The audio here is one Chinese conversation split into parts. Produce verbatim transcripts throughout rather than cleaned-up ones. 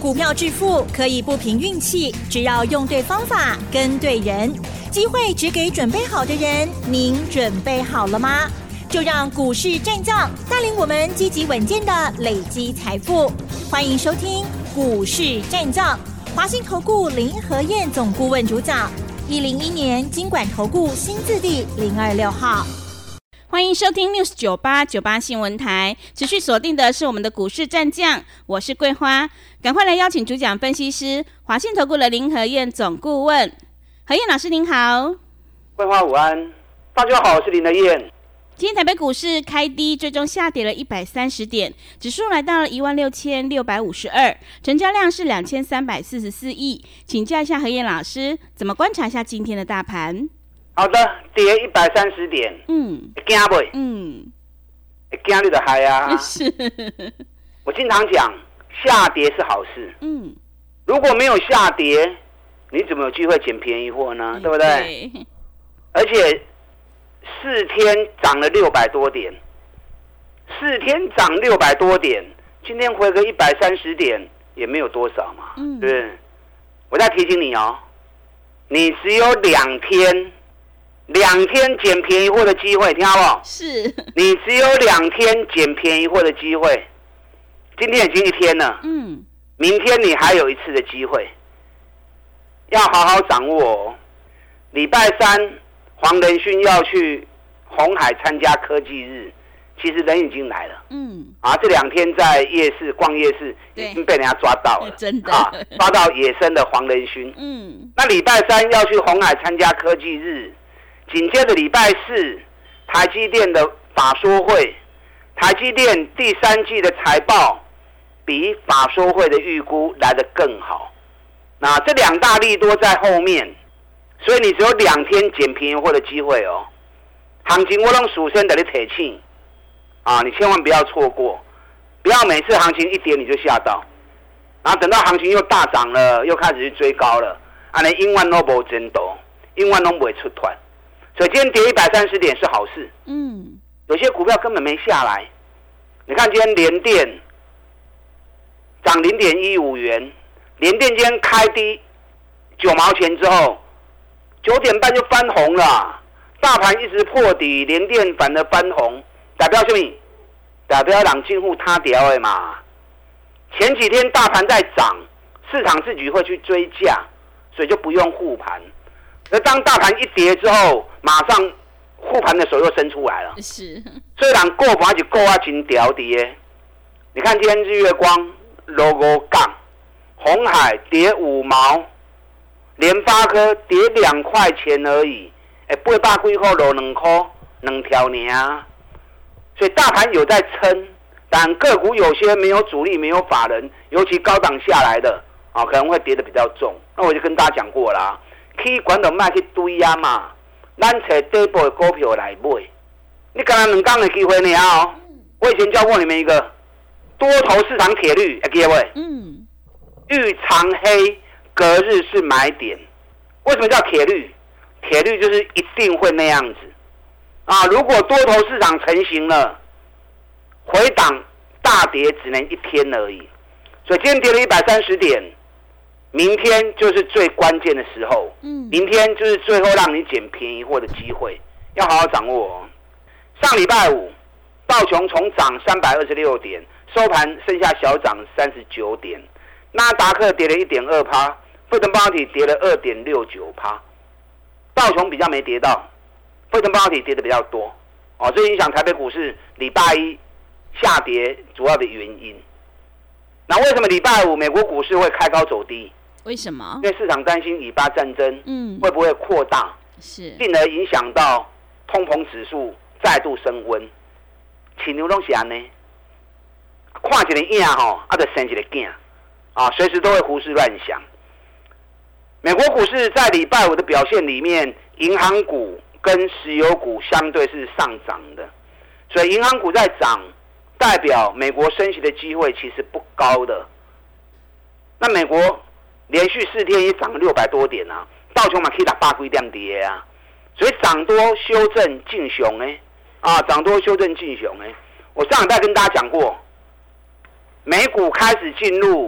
股票致富可以不凭运气，只要用对方法、跟对人。机会只给准备好的人，您准备好了吗？就让股市战将带领我们积极稳健的累积财富。欢迎收听股市战将，华信投顾林和彥总顾问主讲，一零一年金管投顾新字第零二六号。 欢迎收听 News 九八九八新闻台，持续锁定的是我们的股市战将，我是桂花，赶快来邀请主讲分析师华信投顾的林和彥总顾问。和彥老师您好。 桂花午安，大家好，我是林和彥。 今天台北股市开低，最终下跌了一百三十点，指数来到了一万六千六百五十二，成交量是两千三百四十四亿。请教一下和彥老师，怎么观察一下今天的大盘？ 好的，跌一百三十点，嗯，会惊不？嗯，会惊你就嗨啊！ 是， 我经常讲，下跌是好事。嗯，如果没有下跌，你怎么有机会捡便宜货呢？对不对？对，而且四天涨了六百多点，四天涨六百多点，今天回个一百三十点也没有多少嘛，嗯，对不对？我再提醒你哦，你只有两天。两天捡便宜货的机会，听到不？ 是， 你只有两天捡便宜货的机会。今天已经一天了，嗯，明天你还有一次的机会，要好好掌握哦。礼拜三，黄仁勋要去鸿海参加科技日，其实人已经来了，嗯，啊，这两天在夜市逛夜市，已经被人家抓到了， 真的， 啊，抓到野生的黄仁勋，嗯，那礼拜三要去鸿海参加科技日。紧接着礼拜四，台积电的法说会，台积电第三季的财报比法说会的预估来得更好。那这两大利多在后面，所以你只有两天捡便宜货的机会哦。行情我让属身的你铁气啊，你千万不要错过，不要每次行情一跌你就吓到，然后等到行情又大涨了，又开始去追高了，啊，你永远都没真多，永远都不会出团。所以今天跌一百三十点是好事，嗯，有些股票根本没下来。你看今天联电涨零点一五元，联电今天开低九毛钱之后，九点半就翻红了，大盘一直破底，联电反而翻红，代表什么？代表人进户他掉的嘛。前几天大盘在涨，市场自己会去追价，所以就不用护盘。而当大盘一跌之后，马上护盘的手又伸出来了。 是， 虽然过盘就过啊，真屌跌。你看今天日月光落五杠，鸿海跌五毛，联发科跌两块钱而已，哎，八百几块落两块，两条呢。所以大盘有在撑，但个股有些没有主力、没有法人，尤其高档下来的啊，可能会跌得比较重。那我就跟大家讲过啦。去管就卖去堆啊嘛，咱找底部的股票来买。你刚才两天的机会呢哦，我以前教过你们一个多头市场铁律，还记得不？嗯。遇长黑，隔日是买点。为什么叫铁律？铁律就是一定会那样子啊！如果多头市场成型了，回档大跌只能一天而已。所以今天跌了一百三十点。明天就是最关键的时候，嗯，明天就是最后让你捡便宜货的机会，要好好掌握哦。上礼拜五，道琼从涨三百二十六点，收盘剩下小涨三十九点，纳达克跌了 一点二趴，费城半导体跌了 二点六九趴，道琼比较没跌到，费城半导体跌的比较多，哦，这影响台北股市礼拜一下跌主要的原因。那为什么礼拜五美国股市会开高走低？ 为什么？ 因为市场担心以巴战争，嗯，会不会扩大， 是， 进而影响到通膨指数再度升温。起牛东西安呢，看一个影吼，啊，就生一个囝，啊，随时都会胡思乱想。美国股市在礼拜五的表现里面，银行股跟石油股相对是上涨的，所以银行股在涨，代表美国升息的机会其实不高的。那美国连续四天也涨了六百多点啊，道琼嘛可以打八几点跌啊，所以涨多修正进熊哎，啊，涨多修正进熊哎。我上礼拜跟大家讲过，美股开始进入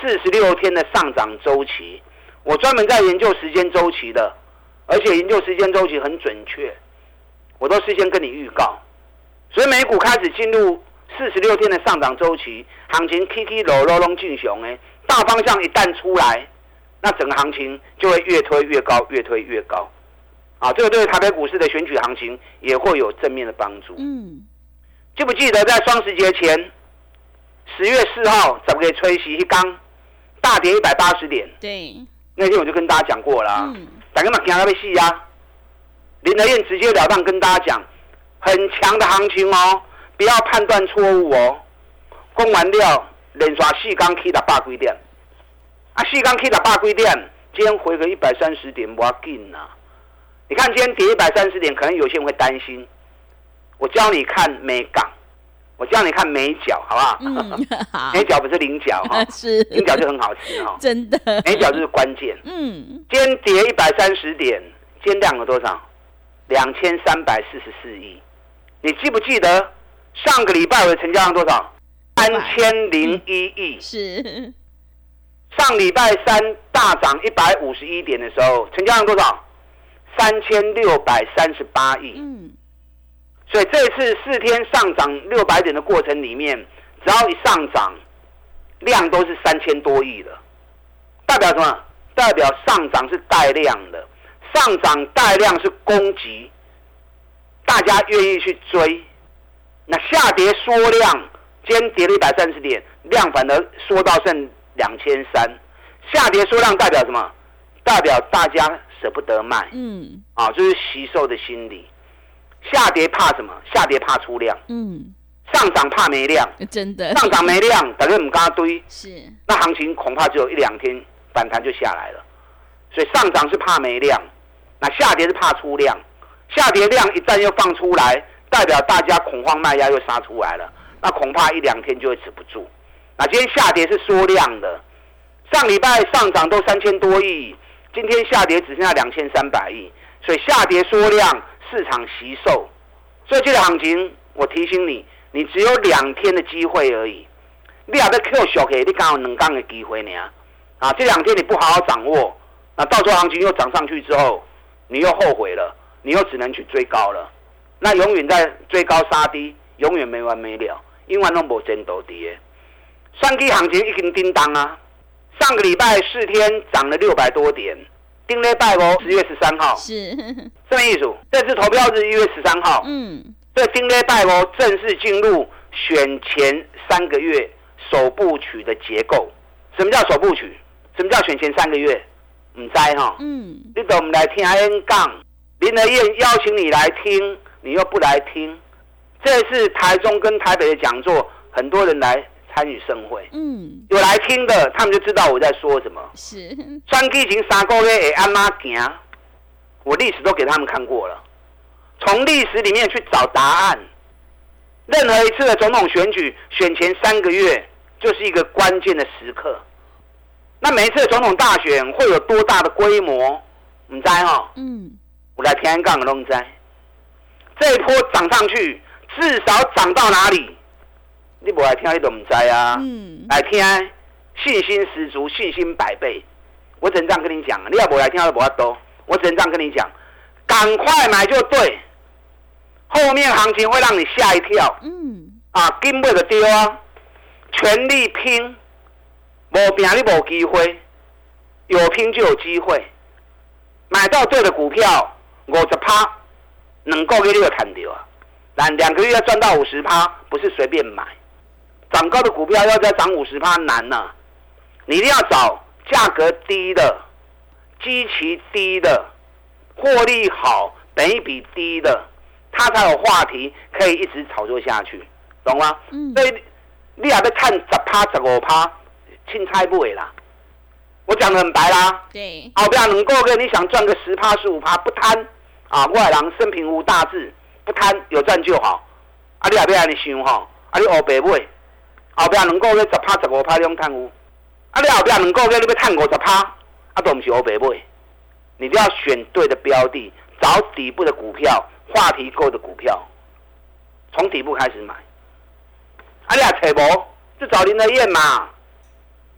四十六天的上涨周期，我专门在研究时间周期的，而且研究时间周期很准确，我都事先跟你预告。所以美股开始进入四十六天的上涨周期，行情起起落落拢进熊诶，大方向一旦出来，那整个行情就会越推越高，越推越高。啊，这个对台北股市的选举行情也会有正面的帮助。嗯，记不记得在双十节前，十月四号十个吹息一刚大跌一百八十点？ 对， 那天我就跟大家讲过了， 嗯， 大家嘛惊到要死啊！林德燕直截了当跟大家讲，很强的行情哦，不要判断错误哦。讲完了，连刷四刚起六百几点，啊，四刚起六百几点，今天回个一百三十点，不要紧呐。你看今天跌一百三十点，可能有些人会担心。我教你看美港，我教你看美角，好不好？ 嗯，好。 美角不是菱角哈， 是菱角就很好吃哈， 真的。 美角就是关键。 嗯， 今天跌一百三十点，今天量有多少？两千三百四十四亿。你记不记得上个礼拜我的成交量多少？三千零一亿。 是。 上礼拜三大涨一百五十一点的时候，成交量多少？三千六百三十八亿。嗯。所以这次四天上涨六百点的过程里面，只要一上涨，量都是三千多亿的，代表什么？代表上涨是带量的，上涨带量是攻击，大家愿意去追。那下跌缩量，今天跌了一百三十点，量反而缩到剩两千三，下跌缩量代表什么？代表大家舍不得卖，嗯，啊，就是惜售的心理。下跌怕什么？下跌怕出量，嗯，上涨怕没量， 真的， 上涨没量，大家唔敢堆， 是， 那行情恐怕只有一两天反弹就下来了。所以上涨是怕没量，那下跌是怕出量，下跌量一旦又放出来，代表大家恐慌卖压又杀出来了，那恐怕一两天就会止不住。那今天下跌是缩量的，上礼拜上涨都三千多亿，今天下跌只剩下两千三百亿，所以下跌缩量。市场惜售，所以这个行情，我提醒你，你只有两天的机会而已。你也要 Q 小 K， 你刚好两天的机会呢。啊，这两天你不好好掌握，那到时候行情又涨上去之后，你又后悔了，你又只能去追高了。那永远在追高杀低，永远没完没了，永远都没前途的。上期行情已经叮当啊，上个礼拜四天涨了六百多点。丁礼拜五十月十三号是什么意思？这次投票日一月十三号，嗯，所以丁礼拜五正式进入选前三个月首部曲的结构。什么叫首部曲？什么叫选前三个月？唔知哈，嗯，你都唔来听演讲，林德燕邀请你来听，你又不来听。这次台中跟台北的讲座，很多人来参与盛会，嗯，有来听的，他们就知道我在说什么。是，选举前三个月会安怎行？我历史都给他们看过了，从历史里面去找答案。任何一次的总统选举，选前三个月就是一个关键的时刻。那每一次的总统大选会有多大的规模？唔知哈，嗯，我来听讲的拢知。这一波涨上去，至少涨到哪里？你不来听，你都唔知啊。嗯，来听，信心十足，信心百倍。我只能这样跟你讲，你要不来听，都不要多。我只能这样跟你讲，赶快买就对。后面行情会让你吓一跳。嗯，啊，根本就丢啊，全力拼，没拼你没机会，有拼就有机会。买到对的股票，五十趴，两个月你就赚到啊。但两个月要赚到五十趴，不是随便买。涨高的股票要再涨五十趴难呐、啊，你一定要找价格低的、基期低的、获利好、本益比低的，它才有话题可以一直炒作下去，懂吗？嗯。所以你也要赚十趴、十五趴，青菜不会啦。我讲得很白啦。 对。 后边两个月你想赚个十趴、十五趴，不贪啊！外人生平无大志，不贪有赚就好。啊，你也不要你想吼，啊，你黑白买。后边两个月十趴、十五趴你用贪污，啊！你后边两个月你要赚五十趴，啊，都不是黑白买。你都要选对的标的，找底部的股票，话题够的股票，从底部开始买。啊，你也找无，就找林德燕嘛。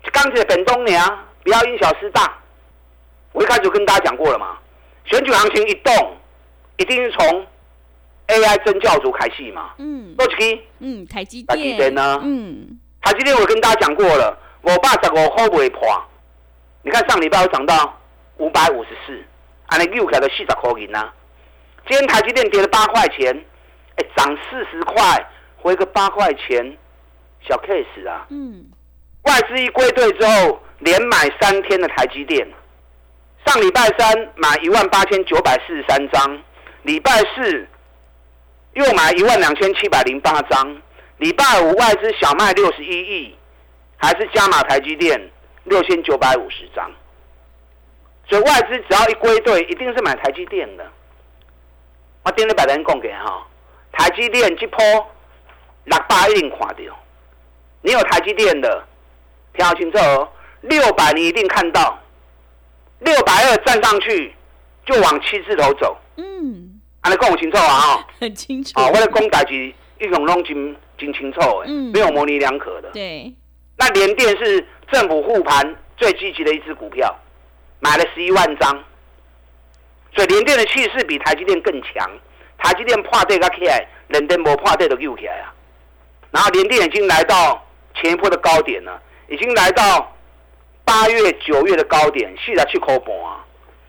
刚才本东娘不要因小失大。我一开始就跟大家讲过了嘛，选举行情一动，一定是从 A I 真教主开始嘛。 嗯， 多几支？ 嗯，台积电。 台积电呢？ 嗯， 台积电我跟大家讲过了，五百十五块不会破。你看上礼拜我涨到五百五十四，按你扭起来的四十块银啊。今天台积电跌了八块钱，哎，涨四十块，回个八块钱，小 case 啊。 嗯， 外资一归队之后，连买三天的台积电。上礼拜三买一万八千九百四十三张，礼拜四又买一万两千七百零八张，礼拜五外资小卖六十一亿，还是加码台积电六千九百五十张。所以外资只要一归队，一定是买台积电的。我顶礼拜咱讲给哈，台积电这波六百一定看到，你有台积电的，听好清楚哦，六百你一定看到。六百二站上去，就往七字头走。 嗯， 安尼讲清楚啊！哦， 很清楚。 哦，我的讲代志一种拢真真清楚的，嗯，没有模棱两可的。 对。 那联电是政府护盘最积极的一支股票，买了十一万张，所以联电的气势比台积电更强。台积电破底才起来，联电无破底就扭起来啊。然后联电已经来到前一波的高点了，已经来到八月、九月的高点，四十七块半啊！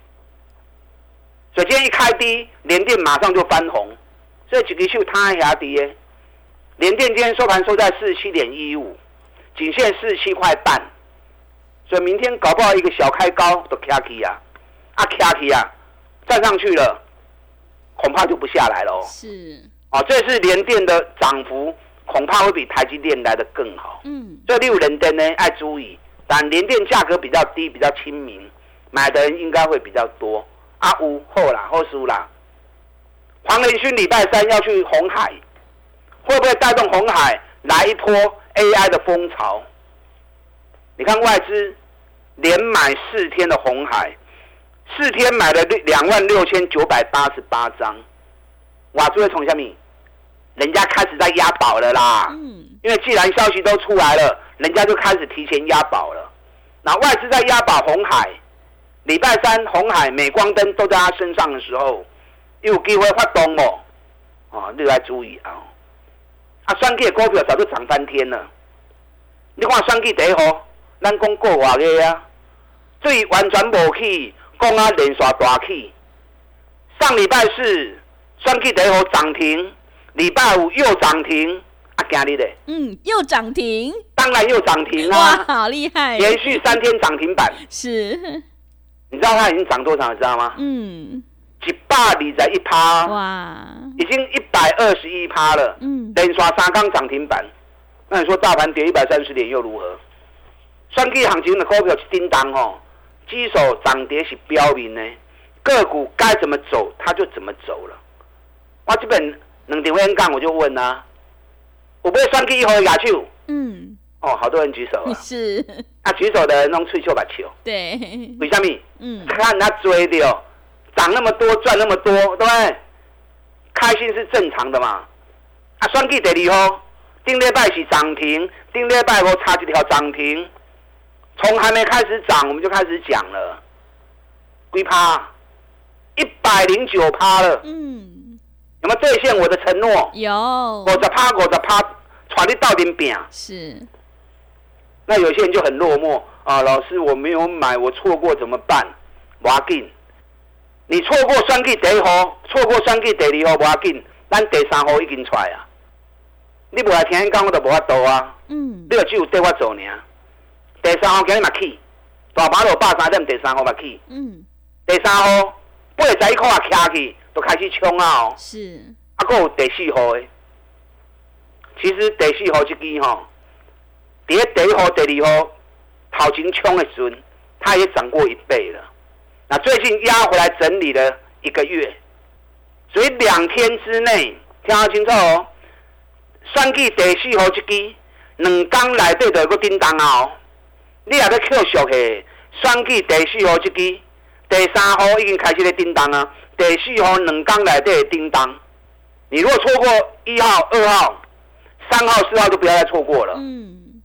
所以今天一开低，联电马上就翻红，所以一支手摊下低的。联电今天收盘收在四十七点一五，仅限四十七块半，所以明天搞不好一个小开高都卡起啊，啊卡起啊，站上去了，恐怕就不下来了哦。 是哦，这是联电的涨幅，恐怕会比台积电来得更好。 嗯， 所以你有联电呢，要注意。但联电价格比较低，比较亲民，买的人应该会比较多。啊，有好啦，好输啦。黄仁勋礼拜三要去鸿海，会不会带动鸿海来一波 A I 的风潮？你看外资连买四天的鸿海，四天买了两万六千九百八十八张。哇，诸位从下面，人家开始在押宝了啦。嗯，因为既然消息都出来了。人家就开始提前押宝了，那外资在押宝鸿海，礼拜三鸿海、镁光灯都在他身上的时候，有机会发动哦，哦，你来注意啊！啊，选举的股票早就涨翻天了。你看选举第一号，咱讲过外个啊，水完全无起，讲啊连续大起。上礼拜四选举第一号涨停，礼拜五又涨停。啊，今日嘞， 嗯，又涨停， 当然又涨停啊！ 哇，好厉害！ 连续三天涨停板， 是。 你知道它已经涨多少？你知道吗？ 嗯， 一百二十一趴， 哇， 已经一百二十一趴了。嗯，连刷三缸涨停板，那你说大盘跌一百三十点又如何？选举行情的股票是叮当哦，基手涨跌是标明呢，个股该怎么走，它就怎么走了。我这本两场演讲我就问啊。有没有选举以后的牙手？嗯，哦，好多人举手啊。 是。 啊，举手的人弄吹球把球。 对。 为什么？ 嗯， 看他追的哦，涨那么多，赚那么多，对不对？开心是正常的嘛。啊，选举第二号，顶礼拜是涨停，顶礼拜我差一条涨停，从还没开始涨我们就开始讲了，几趴？一百零九趴了。嗯。有没有兑现我的承诺？ 有， 五十趴，五十趴，传你到顶饼。 是。 那有些人就很落寞啊，老师我没有买，我错过怎么办？不要紧，你错过选举第一号，错过选举第二号不要紧，咱第三号已经出来啊。你不来听讲，我就无法度啊。嗯。你就只有对我做尔。第三号今日嘛起，大盘落百三点，第三号嘛起。嗯。第三号八十一块啊，徛去。都开始冲啊！哦， 是。 啊，还有第四号的，其实第四号这支吼，第一第一号、第二号头前冲的时阵，它也涨过一倍了。那最近压回来整理了一个月，所以两天之内，听好清楚哦。选举第四号这支，两天内底就有个叮当啊！哦，你也要扣俗的，选举第四号这支，第三号已经开始咧叮当啊。第四号两天内底叮当，你如果错过一号、二号、三号、四号，就不要再错过了。嗯，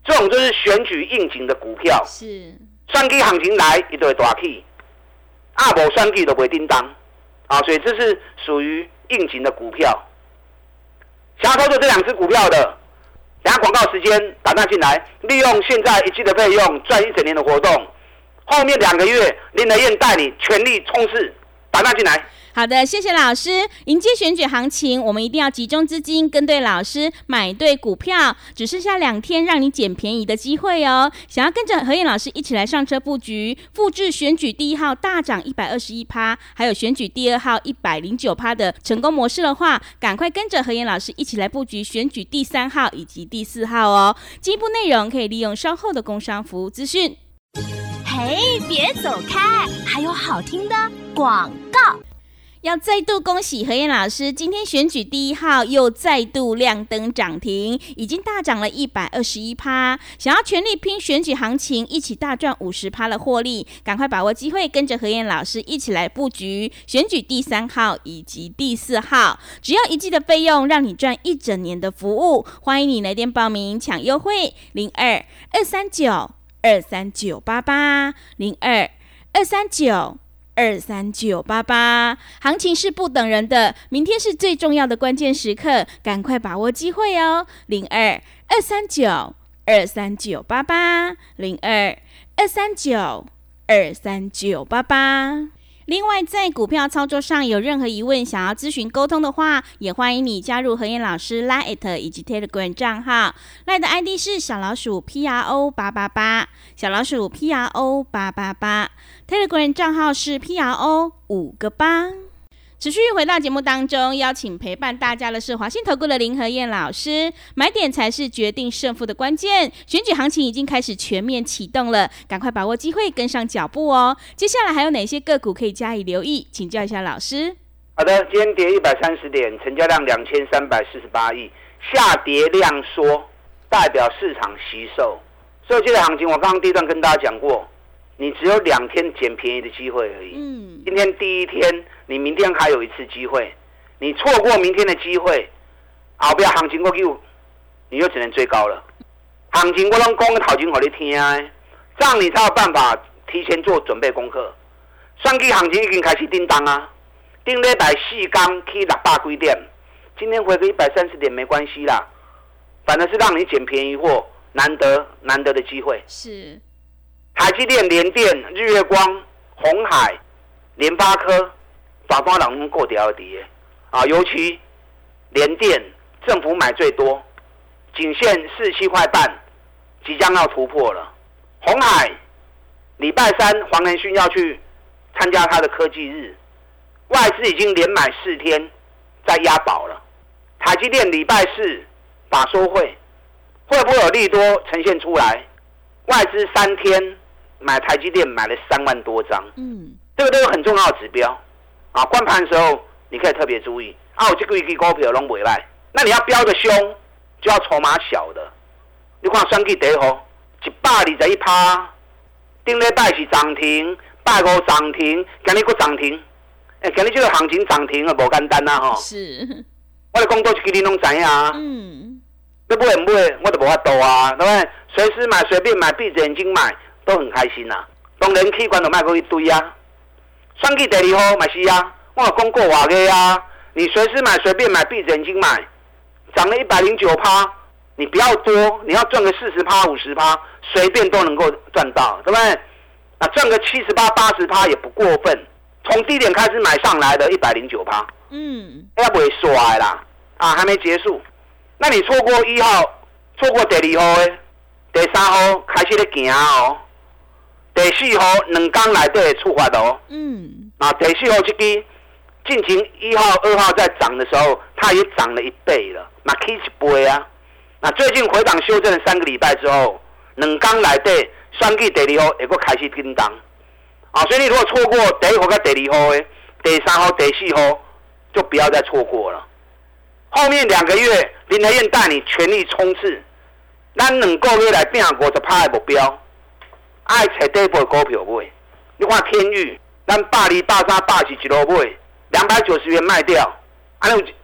这种就是选举应景的股票。 是， 选举行情来，它就会大起，啊，无选举就不会叮当，啊，所以这是属于应景的股票。想要操作这两只股票的，等下广告时间打电进来，利用现在一季的费用赚一整年的活动，后面两个月林和燕带你全力冲刺，打电进来。 好的，谢谢老师。迎接选举行情，我们一定要集中资金，跟对老师，买对股票。只剩下两天，让你捡便宜的机会哦！想要跟着何燕老师一起来上车布局，复制选举第一号大涨一百二十一趴，还有选举第二号一百零九趴的成功模式的话，赶快跟着何燕老师一起来布局选举第三号以及第四号哦。进一步内容可以利用稍后的工商服务资讯。 嘿，别走开，还有好听的广告。 要再度恭喜何燕老师，今天选举第一号又再度亮灯涨停，已经大涨了一百二十一趴。想要全力拼选举行情，一起大赚五十趴的获利，赶快把握机会，跟着何燕老师一起来布局选举第三号以及第四号。只要一季的费用，让你赚一整年的服务。欢迎你来电报名抢优惠，零二二三九二三九八八零二二三九。二三九八八，行情是不等人的，明天是最重要的关键时刻，赶快把握机会哦！零二二三九二三九八八，零二二三九二三九八八。另外，在股票操作上有任何疑问，想要咨询沟通的话，也欢迎你加入何燕老师 Line 以及 Telegram 账号。Line 的 I D 是小老鼠 P R O 八八八，小老鼠 P R O 八八八。Telegram 账号是 P R O 五个八。持续回到节目当中，邀请陪伴大家的是华信投顾的林和燕老师。买点才是决定胜负的关键，选举行情已经开始全面启动了，赶快把握机会，跟上脚步哦。接下来还有哪些个股可以加以留意？请教一下老师。 好的，今天跌一百三十点，成交量两千三百四十八亿，下跌量缩，代表市场惜售。所以这个行情，我刚刚第一段跟大家讲过，你只有两天捡便宜的机会而已。嗯，今天第一天，你明天还有一次机会，你错过明天的机会，后边行情过去，你就只能追高了。行情我拢讲头前给你听的，这样你才有办法提前做准备功课。选举行情已经开始叮当啊，顶礼拜四天去六百几点，今天回个一百三十点没关系啦，反而是让你捡便宜货，难得难得的机会。 是。 台积电、联电、日月光、鸿海、联发科，早端人拢过掉的啊，尤其联电政府买最多，仅限四十七块半，即将要突破了。鸿海礼拜三黄仁勋要去参加他的科技日，外资已经连买四天，在押宝了。台积电礼拜四法说会，会不会有利多呈现出来？外资三天买台积电买了三万多张，嗯，这个都是很重要的指标啊。关盘的时候你可以特别注意啊。我这个一支股票拢袂赖，那你要标的凶，就要筹码小的。你看选举第一号一百二十一趴，顶礼拜是涨停，拜五涨停，今日佫涨停。哎、欸，今日这个行情涨停啊，无简单啊吼。 是， 我咧讲多一支你拢知影啊。嗯，要买唔买，我就无法度啊，对不对？随时买，随便买，闭着眼睛买。都很开心呐、啊，当然器官就卖过一堆啊。选举第二号嘛是啊，我有讲过话个啊，你随时买随便买，闭着眼睛买，涨了一百零九趴，你不要多，你要赚个四十趴、五十趴，随便都能够赚到，对不对？啊，赚个七十趴、八十趴也不过分。从低点开始买上来的一百零九趴，嗯，要不会衰啦，啊，还没结束。那你错过一号，错过第二号的，第三号开始咧行哦。第四号两天内底会触发的哦，嗯，啊，第四号这支进行一号、二号在涨的时候，它也涨了一倍了，那起一倍啊。那最近回档修正了三个礼拜之后，两天内底选举第二号也会开始叮当，啊，所以你如果错过第一号跟第二号的，第三号、第四号就不要再错过了。后面两个月林和燕带你全力冲刺，咱两个月来拼五十趴的目标。爱找底部股票买，你看天宇，咱百二、百三、百四一路买，两百九十元卖掉，安尼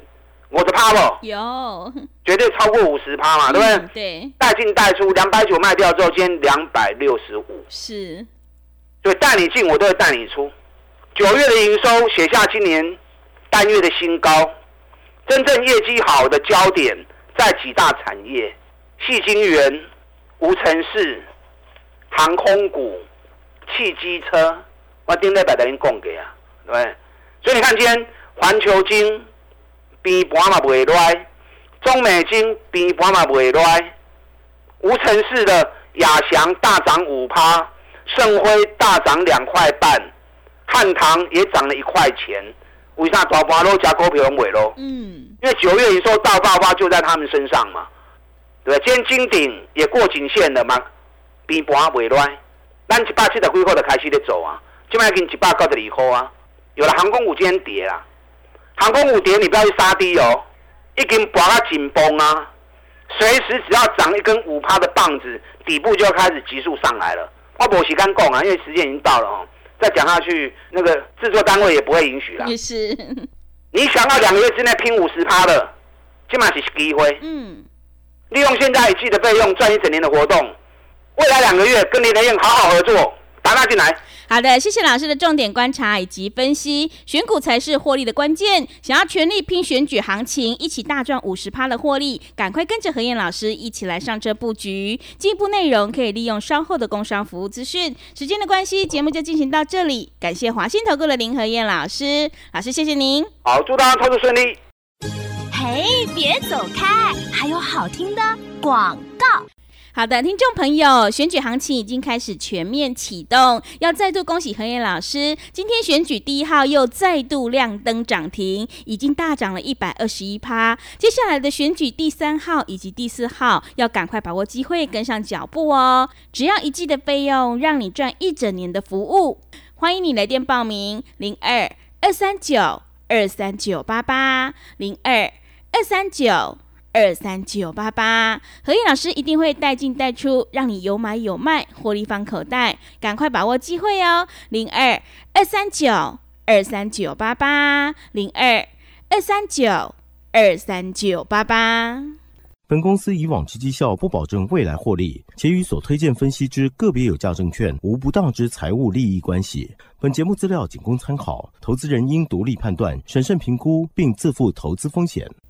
五十趴不？ 有， 绝对超过五十趴嘛，对不对？ 嗯、对， 带进带出，两百九卖掉之后，今天两百六十五， 是， 所以带你进，我都会带你出。九月的营收写下今年单月的新高，真正业绩好的焦点在几大产业：矽晶圆、无尘室、航空股、汽机车。我顶礼拜跟您讲过啊，对不对？所以你看今天环球晶边盘嘛袂赖，中美晶边盘嘛袂赖，无尘室的亚翔大涨五趴，盛辉大涨两块半，汉唐也涨了一块钱。为啥大盘都加股票拢袂咯？嗯，因为九月营收大爆发就在他们身上嘛，对不对？今天金鼎也过颈线了嘛，边盘袂赖，咱一百七十几块就开始在走啊，现在已经一百九十二块啊。有了航空股今天跌啦，航空股跌你不要去杀低哦，已经拔到紧绷啊，随时只要涨一根五趴的棒子，底部就要开始急速上来了。我没时间讲啊，因为时间已经到了哦，再讲下去那个制作单位也不会允许啦。 也是， 你想要两个月之内拼五十趴的，起码是机会。嗯，利用现在一季的费用赚一整年的活动，未来两个月跟林德燕好好合作，打他进来。 好的，谢谢老师的重点观察以及分析，选股才是获利的关键。想要全力拼选举行情，一起大赚 百分之五十 的获利，赶快跟着何燕老师一起来上车布局。进一步内容可以利用稍后的工商服务资讯。时间的关系，节目就进行到这里，感谢华信投顾的林何燕老师，老师谢谢您。 好，祝大家操作顺利。 嘿，别走开，还有好听的广告。 好的，听众朋友，选举行情已经开始全面启动，要再度恭喜何燕老师，今天选举第一号又再度亮灯涨停，已经大涨了 百分之一百二十一。接下来的选举第三号以及第四号，要赶快把握机会，跟上脚步哦。只要一季的费用，让你赚一整年的服务。欢迎你来电报名零二二三九二三九八八零二二三九。二三九八八，何燕老师一定会带进带出，让你有买有卖，获利放口袋，赶快把握机会哦！零二二三九二三九八八，零二二三九二三九八八。 本公司以往之绩效不保证未来获利，且与所推荐分析之个别有价证券无不当之财务利益关系。本节目资料仅供参考，投资人应独立判断、审慎评估，并自负投资风险。